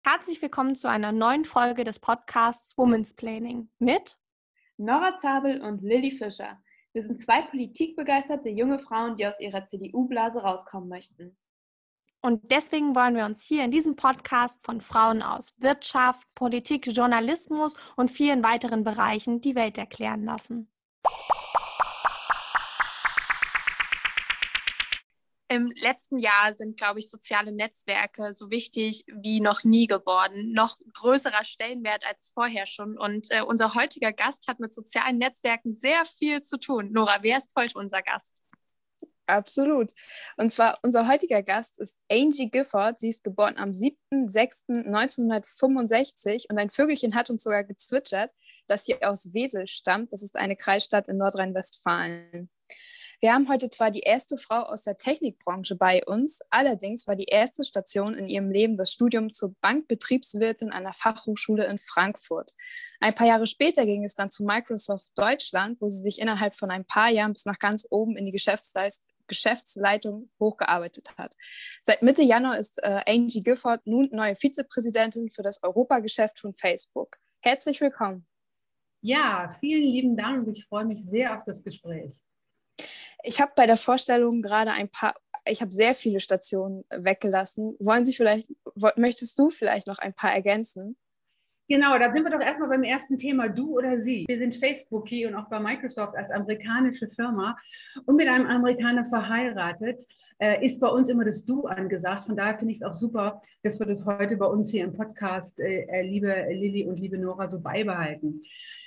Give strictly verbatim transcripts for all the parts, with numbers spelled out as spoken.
Herzlich willkommen zu einer neuen Folge des Podcasts Womansplaining mit Nora Zabel und Lilly Fischer. Wir sind zwei politikbegeisterte junge Frauen, die aus ihrer C D U-Blase rauskommen möchten. Und deswegen wollen wir uns hier in diesem Podcast von Frauen aus Wirtschaft, Politik, Journalismus und vielen weiteren Bereichen die Welt erklären lassen. Im letzten Jahr sind, glaube ich, soziale Netzwerke so wichtig wie noch nie geworden. Noch größerer Stellenwert als vorher schon. Und äh, unser heutiger Gast hat mit sozialen Netzwerken sehr viel zu tun. Nora, wer ist heute unser Gast? Absolut. Und zwar unser heutiger Gast ist Angie Gifford. Sie ist geboren am siebten sechsten neunzehnhundertfünfundsechzig und ein Vögelchen hat uns sogar gezwitschert, dass sie aus Wesel stammt. Das ist eine Kreisstadt in Nordrhein-Westfalen. Wir haben heute zwar die erste Frau aus der Technikbranche bei uns, allerdings war die erste Station in ihrem Leben das Studium zur Bankbetriebswirtin an der Fachhochschule in Frankfurt. Ein paar Jahre später ging es dann zu Microsoft Deutschland, wo sie sich innerhalb von ein paar Jahren bis nach ganz oben in die Geschäftsleist- Geschäftsleitung hochgearbeitet hat. Seit Mitte Januar ist äh, Angie Gifford nun neue Vizepräsidentin für das Europageschäft von Facebook. Herzlich willkommen. Ja, vielen lieben Dank. Ich freue mich sehr auf das Gespräch. Ich habe bei der Vorstellung gerade ein paar, ich habe sehr viele Stationen weggelassen. Wollen Sie vielleicht, möchtest du vielleicht noch ein paar ergänzen? Genau, da sind wir doch erstmal beim ersten Thema, du oder sie. Wir sind Facebookie und auch bei Microsoft als amerikanische Firma und mit einem Amerikaner verheiratet. Äh, ist bei uns immer das Du angesagt. Von daher finde ich es auch super, dass wir das heute bei uns hier im Podcast, äh, liebe Lilly und liebe Nora, so beibehalten.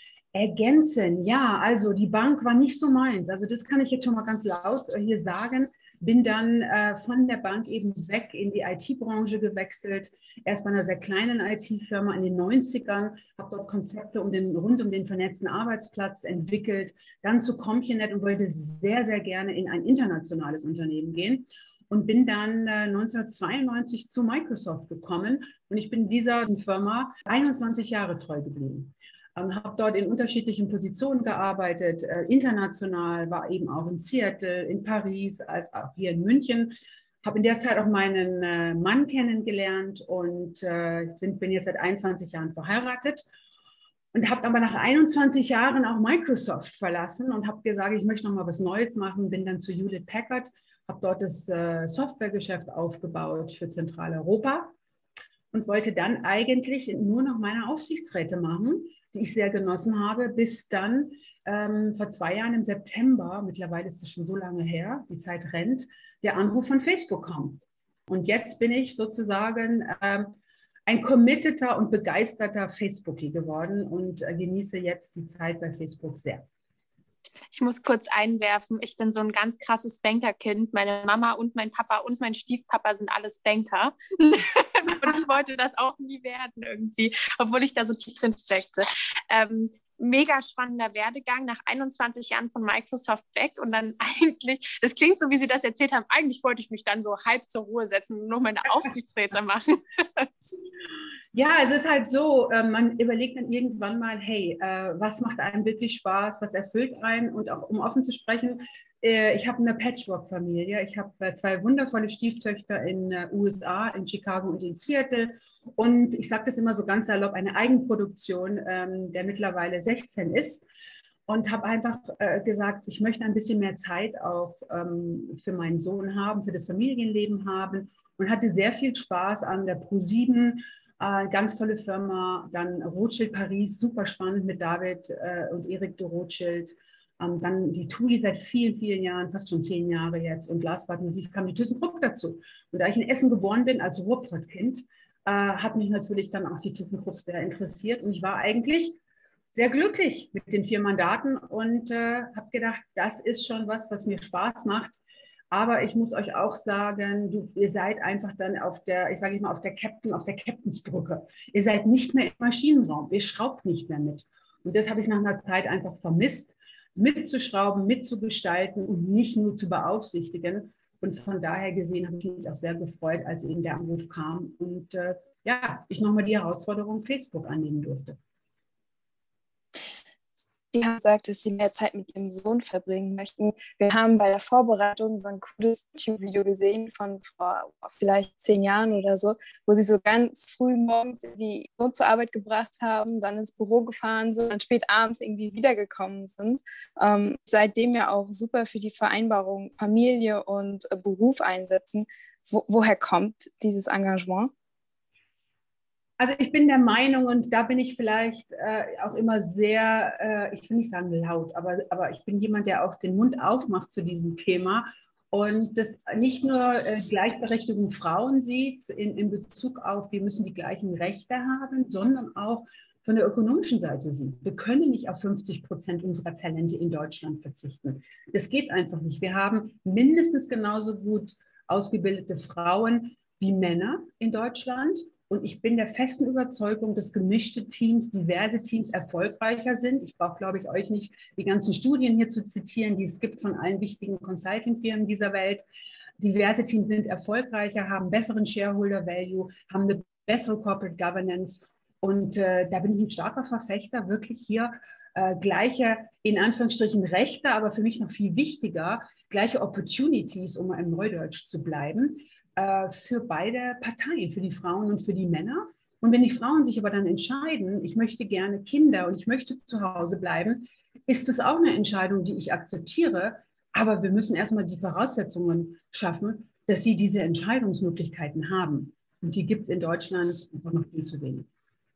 Ergänzen, ja, also die Bank war nicht so meins. Also das kann ich jetzt schon mal ganz laut hier sagen. Bin dann äh, von der Bank eben weg in die I T-Branche gewechselt. Erst bei einer sehr kleinen I T-Firma in den neunzigern, habe dort Konzepte um den, rund um den vernetzten Arbeitsplatz entwickelt. Dann zu Compionet und wollte sehr, sehr gerne in ein internationales Unternehmen gehen. Und bin dann äh, neunzehnhundertzweiundneunzig zu Microsoft gekommen. Und ich bin dieser Firma einundzwanzig Jahre treu geblieben. Ähm, habe dort in unterschiedlichen Positionen gearbeitet, äh, international, war eben auch in Seattle, in Paris, als auch hier in München. Habe in der Zeit auch meinen äh, Mann kennengelernt und äh, sind, bin jetzt seit einundzwanzig Jahren verheiratet. Und habe aber nach einundzwanzig Jahren auch Microsoft verlassen und habe gesagt, ich möchte noch mal was Neues machen. Bin dann zu Hewlett Packard, habe dort das äh, Softwaregeschäft aufgebaut für Zentraleuropa und wollte dann eigentlich nur noch meine Aufsichtsräte machen, die ich sehr genossen habe, bis dann ähm, vor zwei Jahren im September, mittlerweile ist es schon so lange her, die Zeit rennt, der Anruf von Facebook kommt. Und jetzt bin ich sozusagen ähm, ein committeter und begeisterter Facebookie geworden und äh, genieße jetzt die Zeit bei Facebook sehr. Ich muss kurz einwerfen, ich bin so ein ganz krasses Bankerkind. Meine Mama und mein Papa und mein Stiefpapa sind alles Banker. Und ich wollte das auch nie werden irgendwie, obwohl ich da so tief drin steckte. Ähm, mega spannender Werdegang, nach einundzwanzig Jahren von Microsoft weg und dann eigentlich, das klingt so, wie Sie das erzählt haben, eigentlich wollte ich mich dann so halb zur Ruhe setzen und nur meine Aufsichtsräte machen. Ja, es ist halt so, man überlegt dann irgendwann mal, hey, was macht einem wirklich Spaß, was erfüllt einen? Und auch um offen zu sprechen, ich habe eine Patchwork-Familie. Ich habe zwei wundervolle Stieftöchter in den U S A, in Chicago und in Seattle. Und ich sage das immer so ganz salopp, eine Eigenproduktion, der mittlerweile sechzehn ist. Und habe einfach äh, gesagt, ich möchte ein bisschen mehr Zeit auch ähm, für meinen Sohn haben, für das Familienleben haben. Und hatte sehr viel Spaß an der ProSieben, äh, ganz tolle Firma. Dann Rothschild Paris, super spannend mit David äh, und Erik de Rothschild. Ähm, dann die T U I seit vielen, vielen Jahren, fast schon zehn Jahre jetzt. Und last but not least kam die ThyssenKrupp dazu. Und da ich in Essen geboren bin, als Ruhrpottkind, äh, hat mich natürlich dann auch die ThyssenKrupp sehr interessiert. Und ich war eigentlich sehr glücklich mit den vier Mandaten und äh, habe gedacht, das ist schon was, was mir Spaß macht. Aber ich muss euch auch sagen, du, ihr seid einfach dann auf der, ich sage mal, auf der Captain, auf der Captainsbrücke. Ihr seid nicht mehr im Maschinenraum, ihr schraubt nicht mehr mit. Und das habe ich nach einer Zeit einfach vermisst, mitzuschrauben, mitzugestalten und nicht nur zu beaufsichtigen. Und von daher gesehen habe ich mich auch sehr gefreut, als eben der Anruf kam und äh, ja, ich nochmal die Herausforderung Facebook annehmen durfte. Sie haben gesagt, dass Sie mehr Zeit mit Ihrem Sohn verbringen möchten. Wir haben bei der Vorbereitung so ein cooles YouTube-Video gesehen von vor vielleicht zehn Jahren oder so, wo Sie so ganz früh morgens die Sohn zur Arbeit gebracht haben, dann ins Büro gefahren sind, dann spät abends irgendwie wiedergekommen sind. Ähm, seitdem ja auch super für die Vereinbarung Familie und äh, Beruf einsetzen. Wo, woher kommt dieses Engagement? Also ich bin der Meinung, und da bin ich vielleicht äh, auch immer sehr, äh, ich will nicht sagen laut, aber, aber ich bin jemand, der auch den Mund aufmacht zu diesem Thema und das nicht nur äh, Gleichberechtigung Frauen sieht in, in Bezug auf, wir müssen die gleichen Rechte haben, sondern auch von der ökonomischen Seite sieht. Wir können nicht auf fünfzig Prozent unserer Talente in Deutschland verzichten. Das geht einfach nicht. Wir haben mindestens genauso gut ausgebildete Frauen wie Männer in Deutschland. Und ich bin der festen Überzeugung, dass gemischte Teams, diverse Teams erfolgreicher sind. Ich brauche, glaube ich, euch nicht die ganzen Studien hier zu zitieren, die es gibt von allen wichtigen Consulting-Firmen dieser Welt. Diverse Teams sind erfolgreicher, haben besseren Shareholder Value, haben eine bessere Corporate Governance. Und äh, da bin ich ein starker Verfechter, wirklich hier äh, gleiche, in Anführungsstrichen, Rechte, aber für mich noch viel wichtiger, gleiche Opportunities, um mal im Neudeutsch zu bleiben, für beide Parteien, für die Frauen und für die Männer. Und wenn die Frauen sich aber dann entscheiden, ich möchte gerne Kinder und ich möchte zu Hause bleiben, ist das auch eine Entscheidung, die ich akzeptiere. Aber wir müssen erstmal die Voraussetzungen schaffen, dass sie diese Entscheidungsmöglichkeiten haben. Und die gibt es in Deutschland einfach noch viel zu wenig.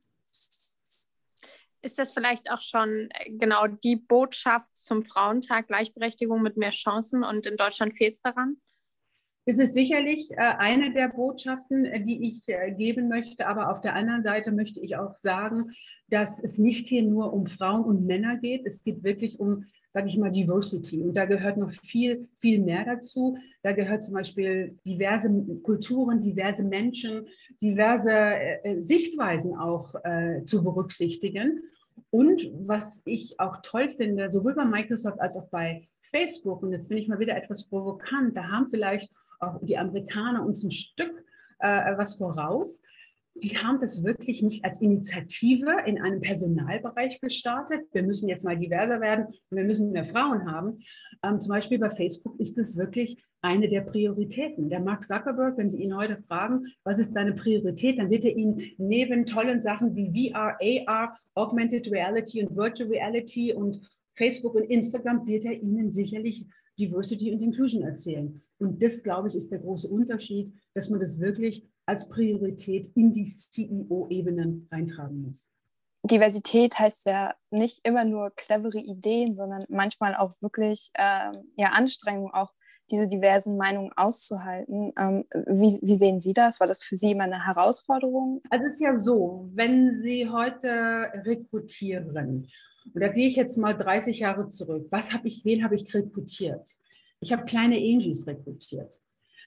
Ist das vielleicht auch schon genau die Botschaft zum Frauentag, Gleichberechtigung mit mehr Chancen, und in Deutschland fehlt es daran? Es ist sicherlich äh, eine der Botschaften, äh, die ich äh, geben möchte. Aber auf der anderen Seite möchte ich auch sagen, dass es nicht hier nur um Frauen und Männer geht. Es geht wirklich um, sage ich mal, Diversity. Und da gehört noch viel, viel mehr dazu. Da gehört zum Beispiel diverse Kulturen, diverse Menschen, diverse äh, Sichtweisen auch äh, zu berücksichtigen. Und was ich auch toll finde, sowohl bei Microsoft als auch bei Facebook, und jetzt bin ich mal wieder etwas provokant, da haben vielleicht auch die Amerikaner uns ein Stück äh, was voraus. Die haben das wirklich nicht als Initiative in einem Personalbereich gestartet. Wir müssen jetzt mal diverser werden und wir müssen mehr Frauen haben. Ähm, zum Beispiel bei Facebook ist es wirklich eine der Prioritäten. Der Mark Zuckerberg, wenn Sie ihn heute fragen, was ist deine Priorität, dann wird er Ihnen neben tollen Sachen wie V R, A R, Augmented Reality und Virtual Reality und Facebook und Instagram, wird er Ihnen sicherlich Diversity und Inclusion erzählen. Und das, glaube ich, ist der große Unterschied, dass man das wirklich als Priorität in die C E O-Ebenen reintragen muss. Diversität heißt ja nicht immer nur clevere Ideen, sondern manchmal auch wirklich ähm, ja, Anstrengung, auch diese diversen Meinungen auszuhalten. Ähm, wie, wie sehen Sie das? War das für Sie immer eine Herausforderung? Also es ist ja so, wenn Sie heute rekrutieren, und da gehe ich jetzt mal dreißig Jahre zurück, was habe ich, wen habe ich rekrutiert? Ich habe kleine Angies rekrutiert,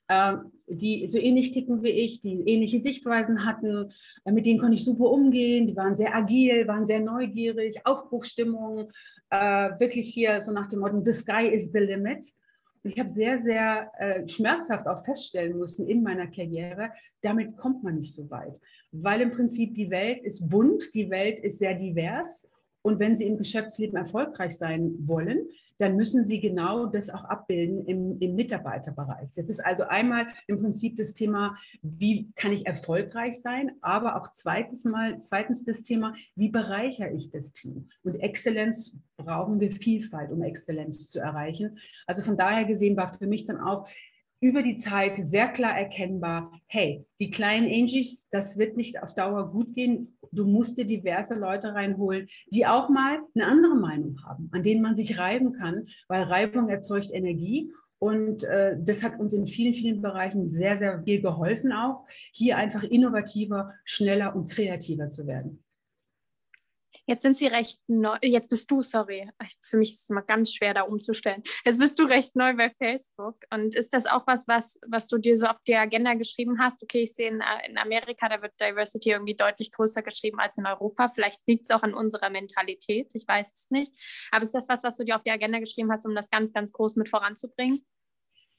die so ähnlich ticken wie ich, die ähnliche Sichtweisen hatten, mit denen konnte ich super umgehen, die waren sehr agil, waren sehr neugierig, Aufbruchstimmung, wirklich hier so nach dem Motto, the sky is the limit. Und ich habe sehr, sehr äh, schmerzhaft auch feststellen müssen in meiner Karriere, damit kommt man nicht so weit, weil im Prinzip die Welt ist bunt, die Welt ist sehr divers. Und wenn Sie im Geschäftsleben erfolgreich sein wollen, dann müssen Sie genau das auch abbilden im, im Mitarbeiterbereich. Das ist also einmal im Prinzip das Thema, wie kann ich erfolgreich sein, aber auch zweitens mal, zweitens das Thema, wie bereichere ich das Team? Und Exzellenz brauchen wir Vielfalt, um Exzellenz zu erreichen. Also von daher gesehen war für mich dann auch über die Zeit sehr klar erkennbar, hey, die kleinen Angies, das wird nicht auf Dauer gut gehen. Du musst dir diverse Leute reinholen, die auch mal eine andere Meinung haben, an denen man sich reiben kann, weil Reibung erzeugt Energie. Und äh, das hat uns in vielen, vielen Bereichen sehr, sehr viel geholfen, auch hier einfach innovativer, schneller und kreativer zu werden. Jetzt sind Sie recht neu, jetzt bist du, sorry, für mich ist es immer ganz schwer, da umzustellen. Jetzt bist du recht neu bei Facebook, und ist das auch was, was, was du dir so auf die Agenda geschrieben hast? Okay, ich sehe in, in Amerika, da wird Diversity irgendwie deutlich größer geschrieben als in Europa. Vielleicht liegt es auch an unserer Mentalität, ich weiß es nicht. Aber ist das was, was du dir auf die Agenda geschrieben hast, um das ganz, ganz groß mit voranzubringen?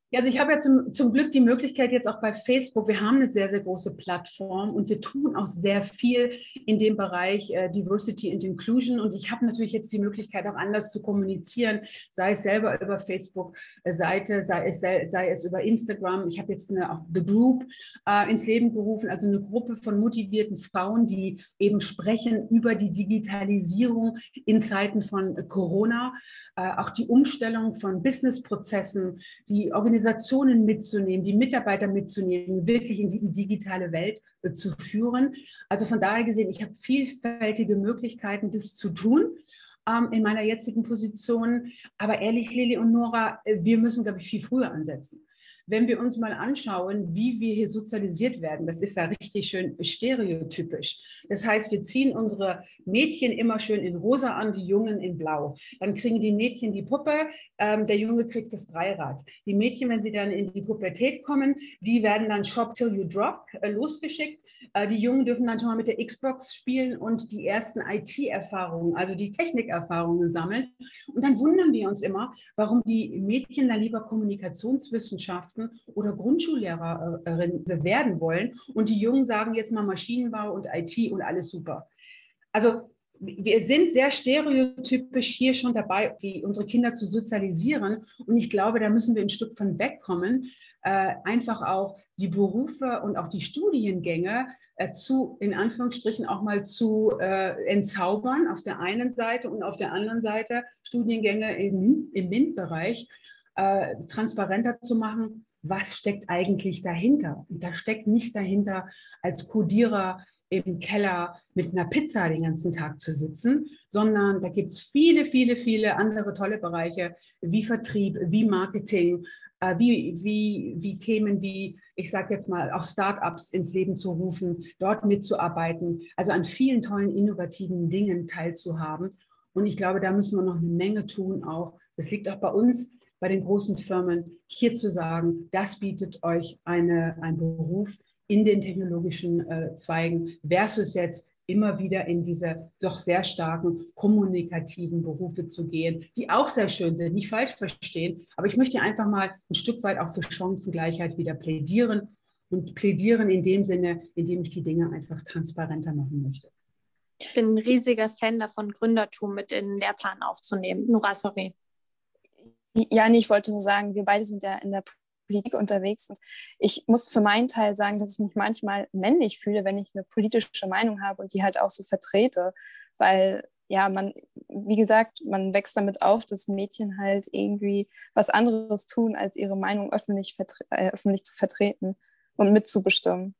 Ja, also ich habe ja zum, zum Glück die Möglichkeit jetzt auch bei Facebook, wir haben eine sehr, sehr große Plattform und wir tun auch sehr viel in dem Bereich äh, Diversity and Inclusion und ich habe natürlich jetzt die Möglichkeit auch anders zu kommunizieren, sei es selber über Facebook-Seite, sei es, sei, sei es über Instagram. Ich habe jetzt eine, auch The Group äh, ins Leben gerufen, also eine Gruppe von motivierten Frauen, die eben sprechen über die Digitalisierung in Zeiten von Corona, äh, auch die Umstellung von Businessprozessen, die Organisationen mitzunehmen, die Mitarbeiter mitzunehmen, wirklich in die digitale Welt äh, zu führen. Also von daher gesehen, ich habe vielfältige Möglichkeiten, das zu tun ähm, in meiner jetzigen Position. Aber ehrlich, Lili und Nora, wir müssen, glaube ich, viel früher ansetzen. Wenn wir uns mal anschauen, wie wir hier sozialisiert werden, das ist ja richtig schön stereotypisch. Das heißt, wir ziehen unsere Mädchen immer schön in rosa an, die Jungen in blau. Dann kriegen die Mädchen die Puppe, ähm, der Junge kriegt das Dreirad. Die Mädchen, wenn sie dann in die Pubertät kommen, die werden dann Shop Till You Drop äh, losgeschickt. Äh, die Jungen dürfen dann schon mal mit der Xbox spielen und die ersten I T-Erfahrungen, also die Technikerfahrungen sammeln. Und dann wundern wir uns immer, warum die Mädchen dann lieber Kommunikationswissenschaften oder Grundschullehrerin werden wollen und die Jungen sagen jetzt mal Maschinenbau und I T und alles super. Also wir sind sehr stereotypisch hier schon dabei, die, unsere Kinder zu sozialisieren und ich glaube, da müssen wir ein Stück von wegkommen, äh, einfach auch die Berufe und auch die Studiengänge äh, zu, in Anführungsstrichen auch mal zu äh, entzaubern auf der einen Seite und auf der anderen Seite Studiengänge im, im MINT-Bereich äh, transparenter zu machen. Was steckt eigentlich dahinter? Und da steckt nicht dahinter, als Codierer im Keller mit einer Pizza den ganzen Tag zu sitzen, sondern da gibt es viele, viele, viele andere tolle Bereiche wie Vertrieb, wie Marketing, äh, wie, wie, wie Themen wie, ich sage jetzt mal, auch Startups ins Leben zu rufen, dort mitzuarbeiten, also an vielen tollen, innovativen Dingen teilzuhaben. Und ich glaube, da müssen wir noch eine Menge tun auch. Das liegt auch bei uns, bei den großen Firmen, hier zu sagen, das bietet euch eine, ein Beruf in den technologischen äh, Zweigen versus jetzt immer wieder in diese doch sehr starken kommunikativen Berufe zu gehen, die auch sehr schön sind, nicht falsch verstehen. Aber ich möchte einfach mal ein Stück weit auch für Chancengleichheit wieder plädieren und plädieren in dem Sinne, indem ich die Dinge einfach transparenter machen möchte. Ich bin ein riesiger Fan davon, Gründertum mit in den Lehrplan aufzunehmen. Nora, sorry. Ja, nee, ich wollte nur sagen, wir beide sind ja in der Politik unterwegs und ich muss für meinen Teil sagen, dass ich mich manchmal männlich fühle, wenn ich eine politische Meinung habe und die halt auch so vertrete, weil ja, man, wie gesagt, man wächst damit auf, dass Mädchen halt irgendwie was anderes tun, als ihre Meinung öffentlich, vertre- äh, öffentlich zu vertreten und mitzubestimmen.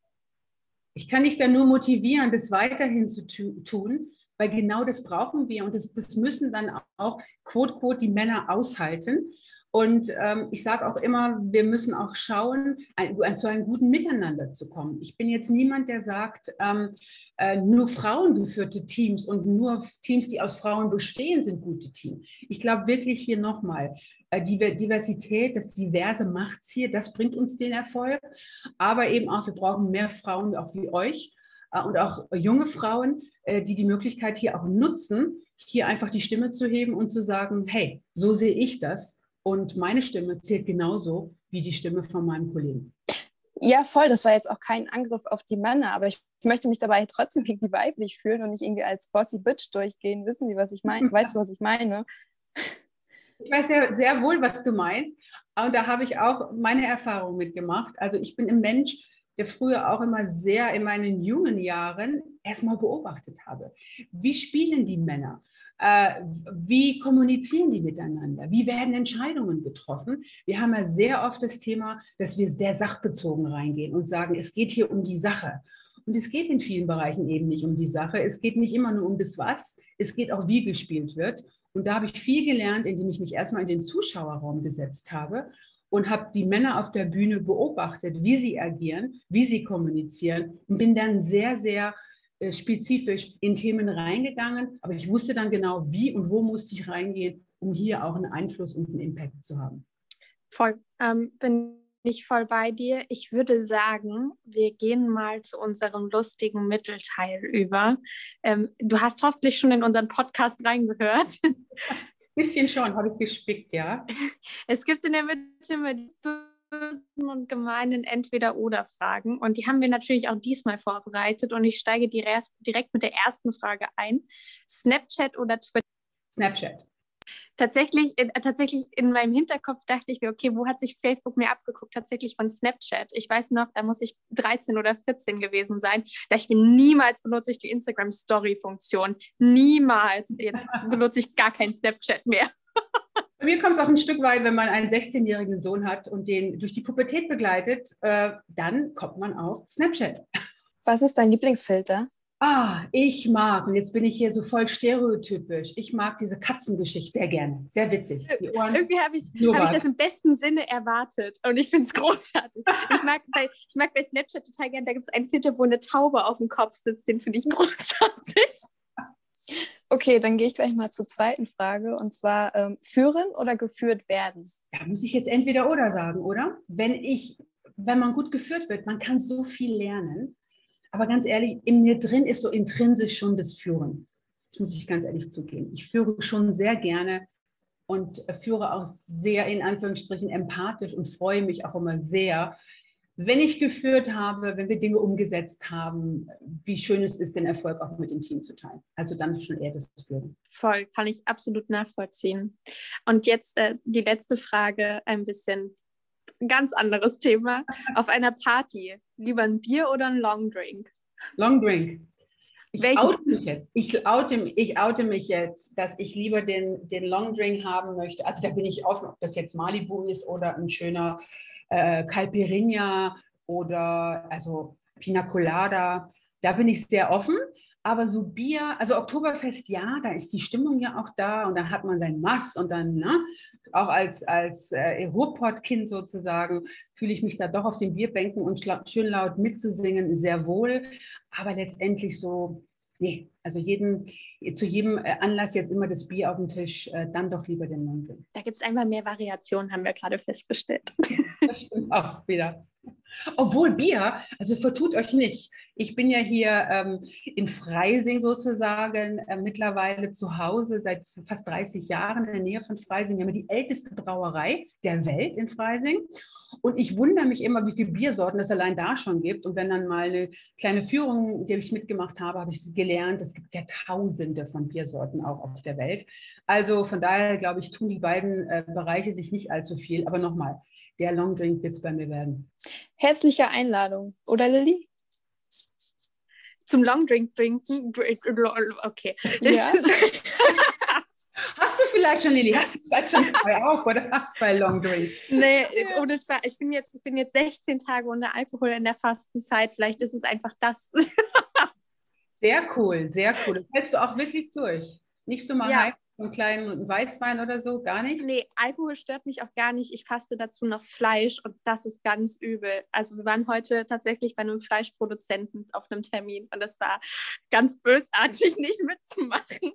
Ich kann dich da nur motivieren, das weiterhin zu tu- tun, weil genau das brauchen wir und das, das müssen dann auch, quote, quote, die Männer aushalten. Und ähm, ich sage auch immer, wir müssen auch schauen, ein, zu einem guten Miteinander zu kommen. Ich bin jetzt niemand, der sagt, ähm, äh, nur frauengeführte Teams und nur Teams, die aus Frauen bestehen, sind gute Teams. Ich glaube wirklich hier nochmal, äh, die Diversität, das Diverse macht's hier, das bringt uns den Erfolg. Aber eben auch, wir brauchen mehr Frauen, auch wie euch äh, und auch junge Frauen, äh, die die Möglichkeit hier auch nutzen, hier einfach die Stimme zu heben und zu sagen, hey, so sehe ich das. Und meine Stimme zählt genauso wie die Stimme von meinem Kollegen. Ja, voll. Das war jetzt auch kein Angriff auf die Männer, aber ich möchte mich dabei trotzdem irgendwie weiblich fühlen und nicht irgendwie als Bossy Bitch durchgehen. Wissen Sie, was ich meine? Weißt du, was ich meine? Ich weiß sehr, sehr wohl, was du meinst. Und da habe ich auch meine Erfahrung mitgemacht. Also ich bin ein Mensch, der früher auch immer sehr in meinen jungen Jahren erstmal beobachtet habe. Wie spielen die Männer? Äh, wie kommunizieren die miteinander? Wie werden Entscheidungen getroffen? Wir haben ja sehr oft das Thema, dass wir sehr sachbezogen reingehen und sagen, es geht hier um die Sache. Und es geht in vielen Bereichen eben nicht um die Sache. Es geht nicht immer nur um das Was, es geht auch, wie gespielt wird. Und da habe ich viel gelernt, indem ich mich erstmal in den Zuschauerraum gesetzt habe und habe die Männer auf der Bühne beobachtet, wie sie agieren, wie sie kommunizieren und bin dann sehr, sehr spezifisch in Themen reingegangen, aber ich wusste dann genau, wie und wo musste ich reingehen, um hier auch einen Einfluss und einen Impact zu haben. Voll, ähm, bin ich voll bei dir. Ich würde sagen, wir gehen mal zu unserem lustigen Mittelteil über. Ähm, du hast hoffentlich schon in unseren Podcast reingehört. Bisschen schon, habe ich gespickt, ja. Es gibt in der Mitte immer die bösen und gemeinen Entweder-Oder-Fragen. Und die haben wir natürlich auch diesmal vorbereitet. Und ich steige direkt mit der ersten Frage ein. Snapchat oder Twitter? Snapchat. Tatsächlich, in, tatsächlich in meinem Hinterkopf dachte ich mir, okay, wo hat sich Facebook mir abgeguckt? Tatsächlich von Snapchat. Ich weiß noch, da muss ich dreizehn oder vierzehn gewesen sein. Da ich bin niemals benutze ich die Instagram-Story-Funktion. Niemals. Jetzt benutze ich gar kein Snapchat mehr. Bei mir kommt es auch ein Stück weit, wenn man einen sechzehnjährigen Sohn hat und den durch die Pubertät begleitet, äh, dann kommt man auf Snapchat. Was ist dein Lieblingsfilter? Ah, ich mag, und jetzt bin ich hier so voll stereotypisch, ich mag diese Katzengeschichte sehr gerne, sehr witzig. Die Ohren, Irgendwie habe ich, hab ich das im besten Sinne erwartet und ich finde es großartig. Ich mag, bei, ich mag bei Snapchat total gerne, da gibt es einen Filter, wo eine Taube auf dem Kopf sitzt, den finde ich großartig. Okay, dann gehe ich gleich mal zur zweiten Frage, und zwar ähm, führen oder geführt werden? Da muss ich jetzt entweder oder sagen, oder? Wenn ich, wenn man gut geführt wird, man kann so viel lernen. Aber ganz ehrlich, in mir drin ist so intrinsisch schon das Führen. Das muss ich ganz ehrlich zugeben. Ich führe schon sehr gerne und führe auch sehr in Anführungsstrichen empathisch und freue mich auch immer sehr, wenn ich geführt habe, wenn wir Dinge umgesetzt haben, wie schön es ist, den Erfolg auch mit dem Team zu teilen. Also dann schon eher das Führen. Voll, kann ich absolut nachvollziehen. Und jetzt äh, die letzte Frage, ein bisschen ganz anderes Thema. Auf einer Party, lieber ein Bier oder ein Longdrink? Longdrink. Ich Welchen? oute mich jetzt. Ich oute, ich oute mich jetzt, dass ich lieber den, den Longdrink haben möchte. Also da bin ich offen, ob das jetzt Malibu ist oder ein schöner äh, Caipirinha oder also Pina Colada. Da bin ich sehr offen. Aber so Bier, also Oktoberfest, ja, da ist die Stimmung ja auch da und dann hat man sein Mass und dann, ne, auch als, als äh, Ruhrpott-Kind sozusagen, fühle ich mich da doch auf den Bierbänken und schön laut mitzusingen sehr wohl. Aber letztendlich so, nee, also jeden, zu jedem Anlass jetzt immer das Bier auf dem Tisch, äh, dann doch lieber den Longdrink. Da gibt es einfach mehr Variationen, haben wir gerade festgestellt. Das stimmt auch wieder. Obwohl Bier, also vertut euch nicht. Ich bin ja hier ähm, in Freising sozusagen äh, mittlerweile zu Hause seit fast dreißig Jahren in der Nähe von Freising. Wir haben die älteste Brauerei der Welt in Freising. Und ich wundere mich immer, wie viele Biersorten es allein da schon gibt. Und wenn dann mal eine kleine Führung, die ich mitgemacht habe, habe ich gelernt, es gibt ja Tausende von Biersorten auch auf der Welt. Also von daher, glaube ich, tun die beiden äh, Bereiche sich nicht allzu viel. Aber nochmal, der Longdrink wird es bei mir werden. Herzliche Einladung, oder Lilly? Zum Longdrink trinken? Okay. Ja. Hast du vielleicht schon, Lilly, hast du vielleicht schon zwei auf oder hast du zwei Longdrink? Nee, ohne Spaß. Ich bin jetzt, ich bin jetzt sechzehn Tage ohne Alkohol in der Fastenzeit. Vielleicht ist es einfach das. Sehr cool, sehr cool. Das hältst du auch wirklich durch. Nicht so mal Ja. halb einen kleinen Weißwein oder so, gar nicht? Nee, Alkohol stört mich auch gar nicht. Ich faste dazu noch Fleisch und das ist ganz übel. Also wir waren heute tatsächlich bei einem Fleischproduzenten auf einem Termin und das war ganz bösartig, nicht mitzumachen.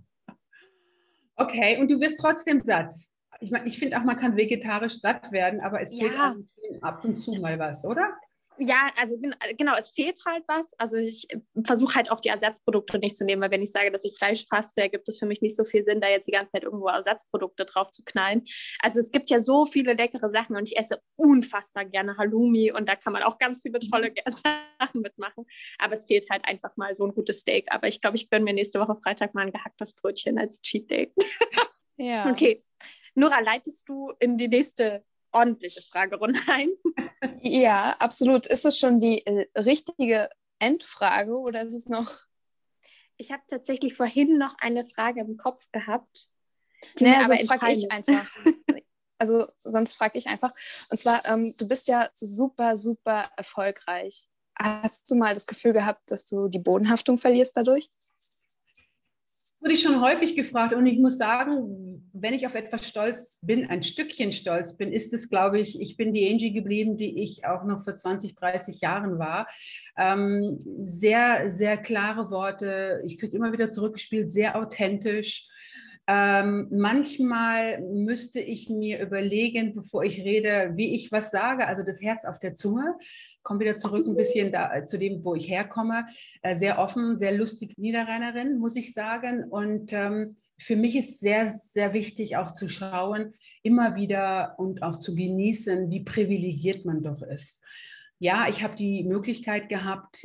Okay, und du wirst trotzdem satt. Ich meine, ich finde auch, man kann vegetarisch satt werden, aber es fehlt Ja. auch ab und zu mal was, oder? Ja, also genau, es fehlt halt was. Also ich versuche halt auch die Ersatzprodukte nicht zu nehmen, weil wenn ich sage, dass ich Fleisch faste, ergibt es für mich nicht so viel Sinn, da jetzt die ganze Zeit irgendwo Ersatzprodukte drauf zu knallen. Also es gibt ja so viele leckere Sachen und ich esse unfassbar gerne Halloumi und da kann man auch ganz viele tolle Sachen mitmachen. Aber es fehlt halt einfach mal so ein gutes Steak. Aber ich glaube, ich gönne mir nächste Woche Freitag mal ein gehacktes Brötchen als Cheat Day. Ja. Okay. Nora, leitest du in die nächste ordentliche Fragerunde ein? Ja, absolut. Ist es schon die äh, richtige Endfrage oder ist es noch... Ich habe tatsächlich vorhin noch eine Frage im Kopf gehabt. Die Nee, mir aber sonst frage ich entfallen ist. einfach. Also sonst frage ich einfach. Und zwar, ähm, du bist ja super, super erfolgreich. Hast du mal das Gefühl gehabt, dass du die Bodenhaftung verlierst dadurch? Wurde ich schon häufig gefragt und ich muss sagen, wenn ich auf etwas stolz bin, ein Stückchen stolz bin, ist es, glaube ich, ich bin die Angie geblieben, die ich auch noch vor zwanzig, dreißig Jahren war. Ähm, sehr, sehr klare Worte, ich kriege immer wieder zurückgespielt, sehr authentisch. Ähm, manchmal müsste ich mir überlegen, bevor ich rede, wie ich was sage, also das Herz auf der Zunge. Komme wieder zurück ein bisschen da, zu dem, wo ich herkomme. Äh, sehr offen, sehr lustig Niederrheinerin, muss ich sagen. Und ähm, für mich ist sehr, sehr wichtig auch zu schauen, immer wieder und auch zu genießen, wie privilegiert man doch ist. Ja, ich habe die Möglichkeit gehabt,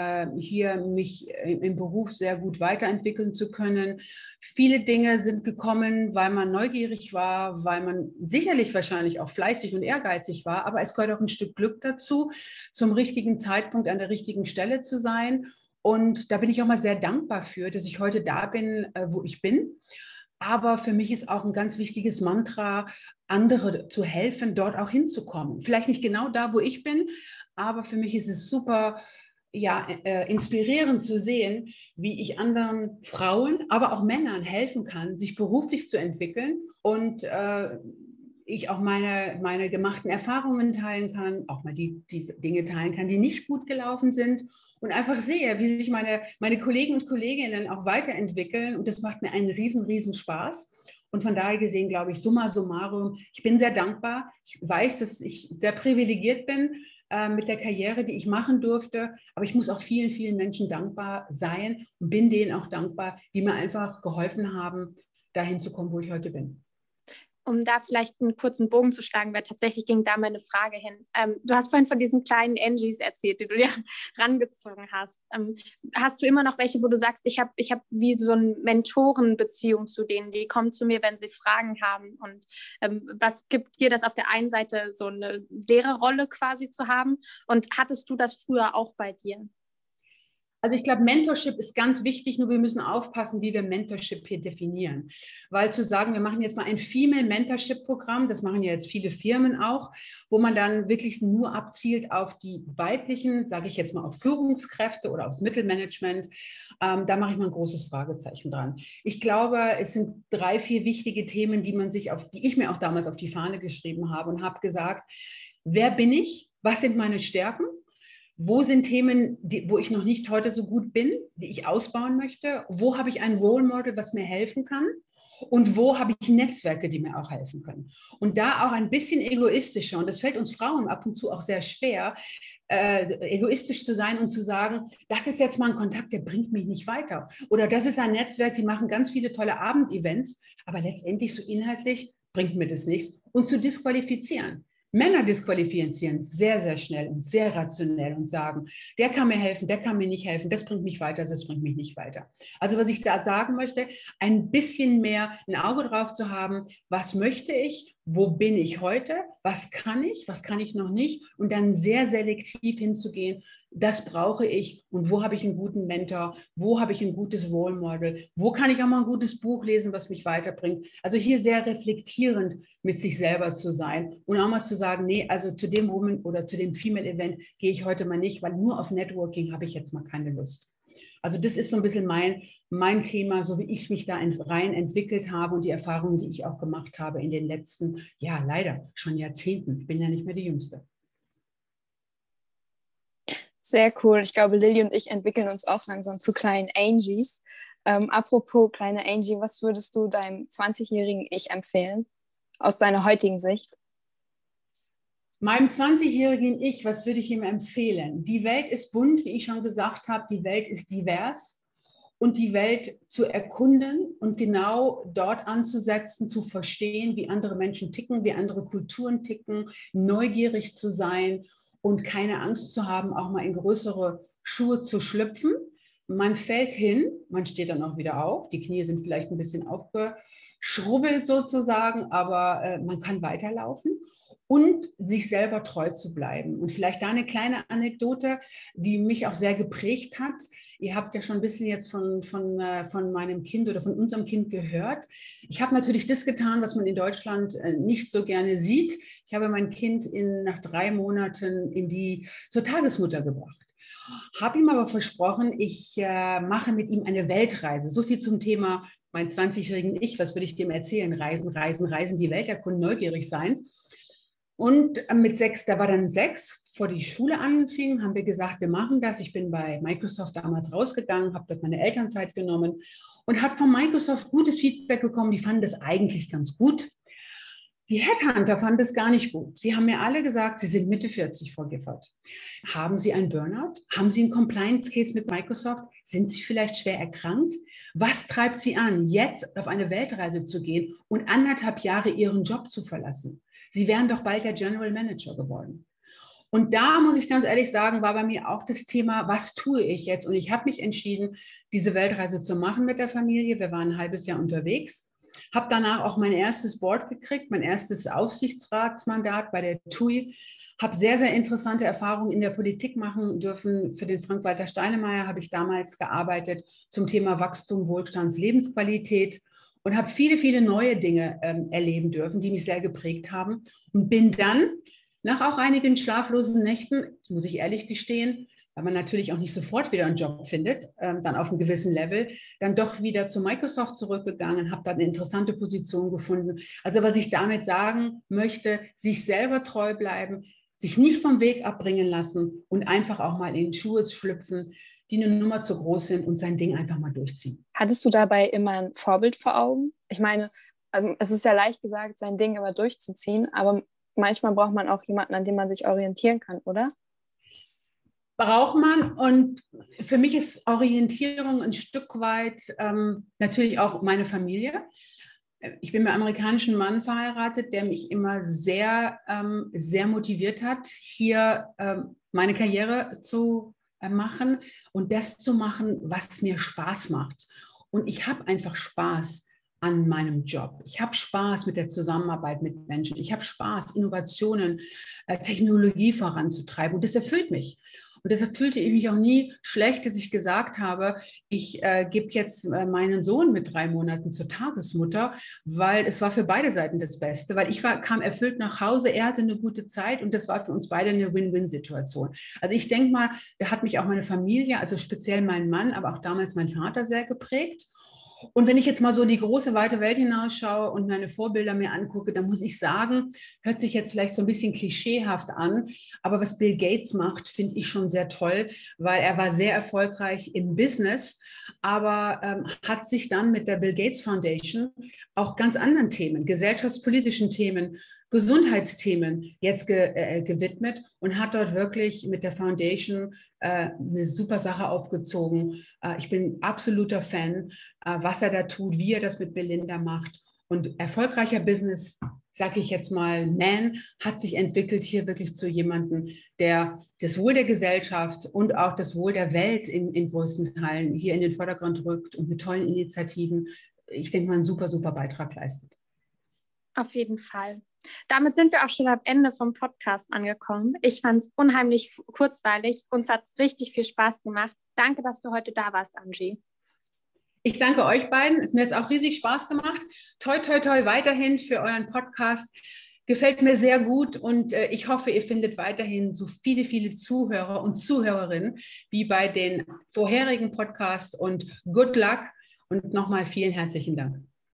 hier mich im Beruf sehr gut weiterentwickeln zu können. Viele Dinge sind gekommen, weil man neugierig war, weil man sicherlich wahrscheinlich auch fleißig und ehrgeizig war, aber es gehört auch ein Stück Glück dazu, zum richtigen Zeitpunkt an der richtigen Stelle zu sein. Und da bin ich auch mal sehr dankbar für, dass ich heute da bin, wo ich bin. Aber für mich ist auch ein ganz wichtiges Mantra, andere zu helfen, dort auch hinzukommen. Vielleicht nicht genau da, wo ich bin, aber für mich ist es super, ja, äh, inspirierend zu sehen, wie ich anderen Frauen, aber auch Männern helfen kann, sich beruflich zu entwickeln und äh, ich auch meine, meine gemachten Erfahrungen teilen kann, auch mal die, die Dinge teilen kann, die nicht gut gelaufen sind und einfach sehe, wie sich meine, meine Kollegen und Kolleginnen auch weiterentwickeln und das macht mir einen riesen, riesen Spaß. Und von daher gesehen, glaube ich, summa summarum, ich bin sehr dankbar. Ich weiß, dass ich sehr privilegiert bin äh, mit der Karriere, die ich machen durfte. Aber ich muss auch vielen, vielen Menschen dankbar sein und bin denen auch dankbar, die mir einfach geholfen haben, dahin zu kommen, wo ich heute bin. Um da vielleicht einen kurzen Bogen zu schlagen, weil tatsächlich ging da meine Frage hin. Ähm, du hast vorhin von diesen kleinen Angies erzählt, die du dir rangezogen hast. Ähm, hast du immer noch welche, wo du sagst, ich habe ich hab wie so eine Mentorenbeziehung zu denen, die kommen zu mir, wenn sie Fragen haben? Und ähm, was gibt dir das auf der einen Seite, so eine Lehrerrolle quasi zu haben? Und hattest du das früher auch bei dir? Also ich glaube, Mentorship ist ganz wichtig, nur wir müssen aufpassen, wie wir Mentorship hier definieren. Weil zu sagen, wir machen jetzt mal ein Female Mentorship-Programm, das machen ja jetzt viele Firmen auch, wo man dann wirklich nur abzielt auf die weiblichen, sage ich jetzt mal, auf Führungskräfte oder aufs Mittelmanagement. Ähm, da mache ich mal ein großes Fragezeichen dran. Ich glaube, es sind drei, vier wichtige Themen, die man sich auf, die ich mir auch damals auf die Fahne geschrieben habe und habe gesagt, wer bin ich? Was sind meine Stärken? Wo sind Themen, die, wo ich noch nicht heute so gut bin, die ich ausbauen möchte? Wo habe ich ein Role Model, was mir helfen kann? Und wo habe ich Netzwerke, die mir auch helfen können? Und da auch ein bisschen egoistischer, und das fällt uns Frauen ab und zu auch sehr schwer, äh, egoistisch zu sein und zu sagen, das ist jetzt mal ein Kontakt, der bringt mich nicht weiter. Oder das ist ein Netzwerk, die machen ganz viele tolle Abendevents, aber letztendlich so inhaltlich bringt mir das nichts. Und zu disqualifizieren. Männer disqualifizieren sehr, sehr schnell und sehr rationell und sagen, der kann mir helfen, der kann mir nicht helfen, das bringt mich weiter, das bringt mich nicht weiter. Also was ich da sagen möchte, ein bisschen mehr ein Auge drauf zu haben, was möchte ich, wo bin ich heute, was kann ich, was kann ich noch nicht und dann sehr selektiv hinzugehen, das brauche ich und wo habe ich einen guten Mentor, wo habe ich ein gutes Role Model, wo kann ich auch mal ein gutes Buch lesen, was mich weiterbringt. Also hier sehr reflektierend mit sich selber zu sein und auch mal zu sagen, nee, also zu dem Woman oder zu dem Female Event gehe ich heute mal nicht, weil nur auf Networking habe ich jetzt mal keine Lust. Also das ist so ein bisschen mein, mein Thema, so wie ich mich da rein entwickelt habe und die Erfahrungen, die ich auch gemacht habe in den letzten, ja leider schon Jahrzehnten. Ich bin ja nicht mehr die Jüngste. Sehr cool. Ich glaube, Lilly und ich entwickeln uns auch langsam zu kleinen Angies. Ähm, apropos kleine Angie, was würdest du deinem zwanzigjährigen Ich empfehlen, aus deiner heutigen Sicht? Meinem zwanzigjährigen Ich, was würde ich ihm empfehlen? Die Welt ist bunt, wie ich schon gesagt habe, die Welt ist divers und die Welt zu erkunden und genau dort anzusetzen, zu verstehen, wie andere Menschen ticken, wie andere Kulturen ticken, neugierig zu sein und keine Angst zu haben, auch mal in größere Schuhe zu schlüpfen. Man fällt hin, man steht dann auch wieder auf, die Knie sind vielleicht ein bisschen aufgeschrubbelt sozusagen, aber äh, man kann weiterlaufen. Und sich selber treu zu bleiben. Und vielleicht da eine kleine Anekdote, die mich auch sehr geprägt hat. Ihr habt ja schon ein bisschen jetzt von, von, von meinem Kind oder von unserem Kind gehört. Ich habe natürlich das getan, was man in Deutschland nicht so gerne sieht. Ich habe mein Kind in, nach drei Monaten in die, zur Tagesmutter gebracht. Habe ihm aber versprochen, ich äh, mache mit ihm eine Weltreise. So viel zum Thema mein zwanzigjährigen Ich. Was würde ich dem erzählen? Reisen, reisen, reisen, die Welt erkunden, neugierig sein. Und mit sechs, da war dann sechs, vor die Schule anfing, haben wir gesagt, wir machen das. Ich bin bei Microsoft damals rausgegangen, habe dort meine Elternzeit genommen und habe von Microsoft gutes Feedback bekommen. Die fanden das eigentlich ganz gut. Die Headhunter fanden es gar nicht gut. Sie haben mir alle gesagt, Sie sind Mitte vierzig, Frau Gifford. Haben Sie einen Burnout? Haben Sie einen Compliance-Case mit Microsoft? Sind Sie vielleicht schwer erkrankt? Was treibt Sie an, jetzt auf eine Weltreise zu gehen und anderthalb Jahre Ihren Job zu verlassen? Sie wären doch bald der General Manager geworden. Und da muss ich ganz ehrlich sagen, war bei mir auch das Thema, was tue ich jetzt? Und ich habe mich entschieden, diese Weltreise zu machen mit der Familie. Wir waren ein halbes Jahr unterwegs. Habe danach auch mein erstes Board gekriegt, mein erstes Aufsichtsratsmandat bei der T U I. Habe sehr, sehr interessante Erfahrungen in der Politik machen dürfen. Für den Frank-Walter Steinmeier habe ich damals gearbeitet zum Thema Wachstum, Wohlstands, Lebensqualität und habe viele, viele neue Dinge ähm, erleben dürfen, die mich sehr geprägt haben. Und bin dann nach auch einigen schlaflosen Nächten, muss ich ehrlich gestehen, weil man natürlich auch nicht sofort wieder einen Job findet, ähm, dann auf einem gewissen Level, dann doch wieder zu Microsoft zurückgegangen, habe dann eine interessante Position gefunden. Also was ich damit sagen möchte, sich selber treu bleiben, sich nicht vom Weg abbringen lassen und einfach auch mal in Schuhe schlüpfen, die eine Nummer zu groß sind und sein Ding einfach mal durchziehen. Hattest du dabei immer ein Vorbild vor Augen? Ich meine, also es ist ja leicht gesagt, sein Ding immer durchzuziehen, aber manchmal braucht man auch jemanden, an dem man sich orientieren kann, oder? Braucht man, und für mich ist Orientierung ein Stück weit ähm, natürlich auch meine Familie. Ich bin mit einem amerikanischen Mann verheiratet, der mich immer sehr, ähm, sehr motiviert hat, hier ähm, meine Karriere zu äh, machen und das zu machen, was mir Spaß macht. Und ich habe einfach Spaß an meinem Job. Ich habe Spaß mit der Zusammenarbeit mit Menschen. Ich habe Spaß, Innovationen, äh, Technologie voranzutreiben, und das erfüllt mich. Und deshalb fühlte ich mich auch nie schlecht, dass ich gesagt habe, ich äh, gebe jetzt äh, meinen Sohn mit drei Monaten zur Tagesmutter, weil es war für beide Seiten das Beste, weil ich war, kam erfüllt nach Hause, er hatte eine gute Zeit und das war für uns beide eine Win-Win-Situation. Also ich denke mal, da hat mich auch meine Familie, also speziell mein Mann, aber auch damals mein Vater sehr geprägt. Und wenn ich jetzt mal so in die große, weite Welt hinausschaue und meine Vorbilder mir angucke, dann muss ich sagen, hört sich jetzt vielleicht so ein bisschen klischeehaft an, aber was Bill Gates macht, finde ich schon sehr toll, weil er war sehr erfolgreich im Business, aber ähm, hat sich dann mit der Bill Gates Foundation auch ganz anderen Themen, gesellschaftspolitischen Themen, Gesundheitsthemen jetzt ge, äh, gewidmet und hat dort wirklich mit der Foundation äh, eine super Sache aufgezogen. Äh, ich bin absoluter Fan, äh, was er da tut, wie er das mit Belinda macht. Und erfolgreicher Business, sage ich jetzt mal, Man, hat sich entwickelt hier wirklich zu jemandem, der das Wohl der Gesellschaft und auch das Wohl der Welt in, in größten Teilen hier in den Vordergrund rückt und mit tollen Initiativen, ich denke mal, einen super, super Beitrag leistet. Auf jeden Fall. Damit sind wir auch schon am Ende vom Podcast angekommen. Ich fand es unheimlich kurzweilig. Uns hat es richtig viel Spaß gemacht. Danke, dass du heute da warst, Angie. Ich danke euch beiden. Es mir jetzt auch riesig Spaß gemacht. Toi, toi, toi weiterhin für euren Podcast. Gefällt mir sehr gut und äh, ich hoffe, ihr findet weiterhin so viele, viele Zuhörer und Zuhörerinnen wie bei den vorherigen Podcasts und good luck und nochmal vielen herzlichen Dank.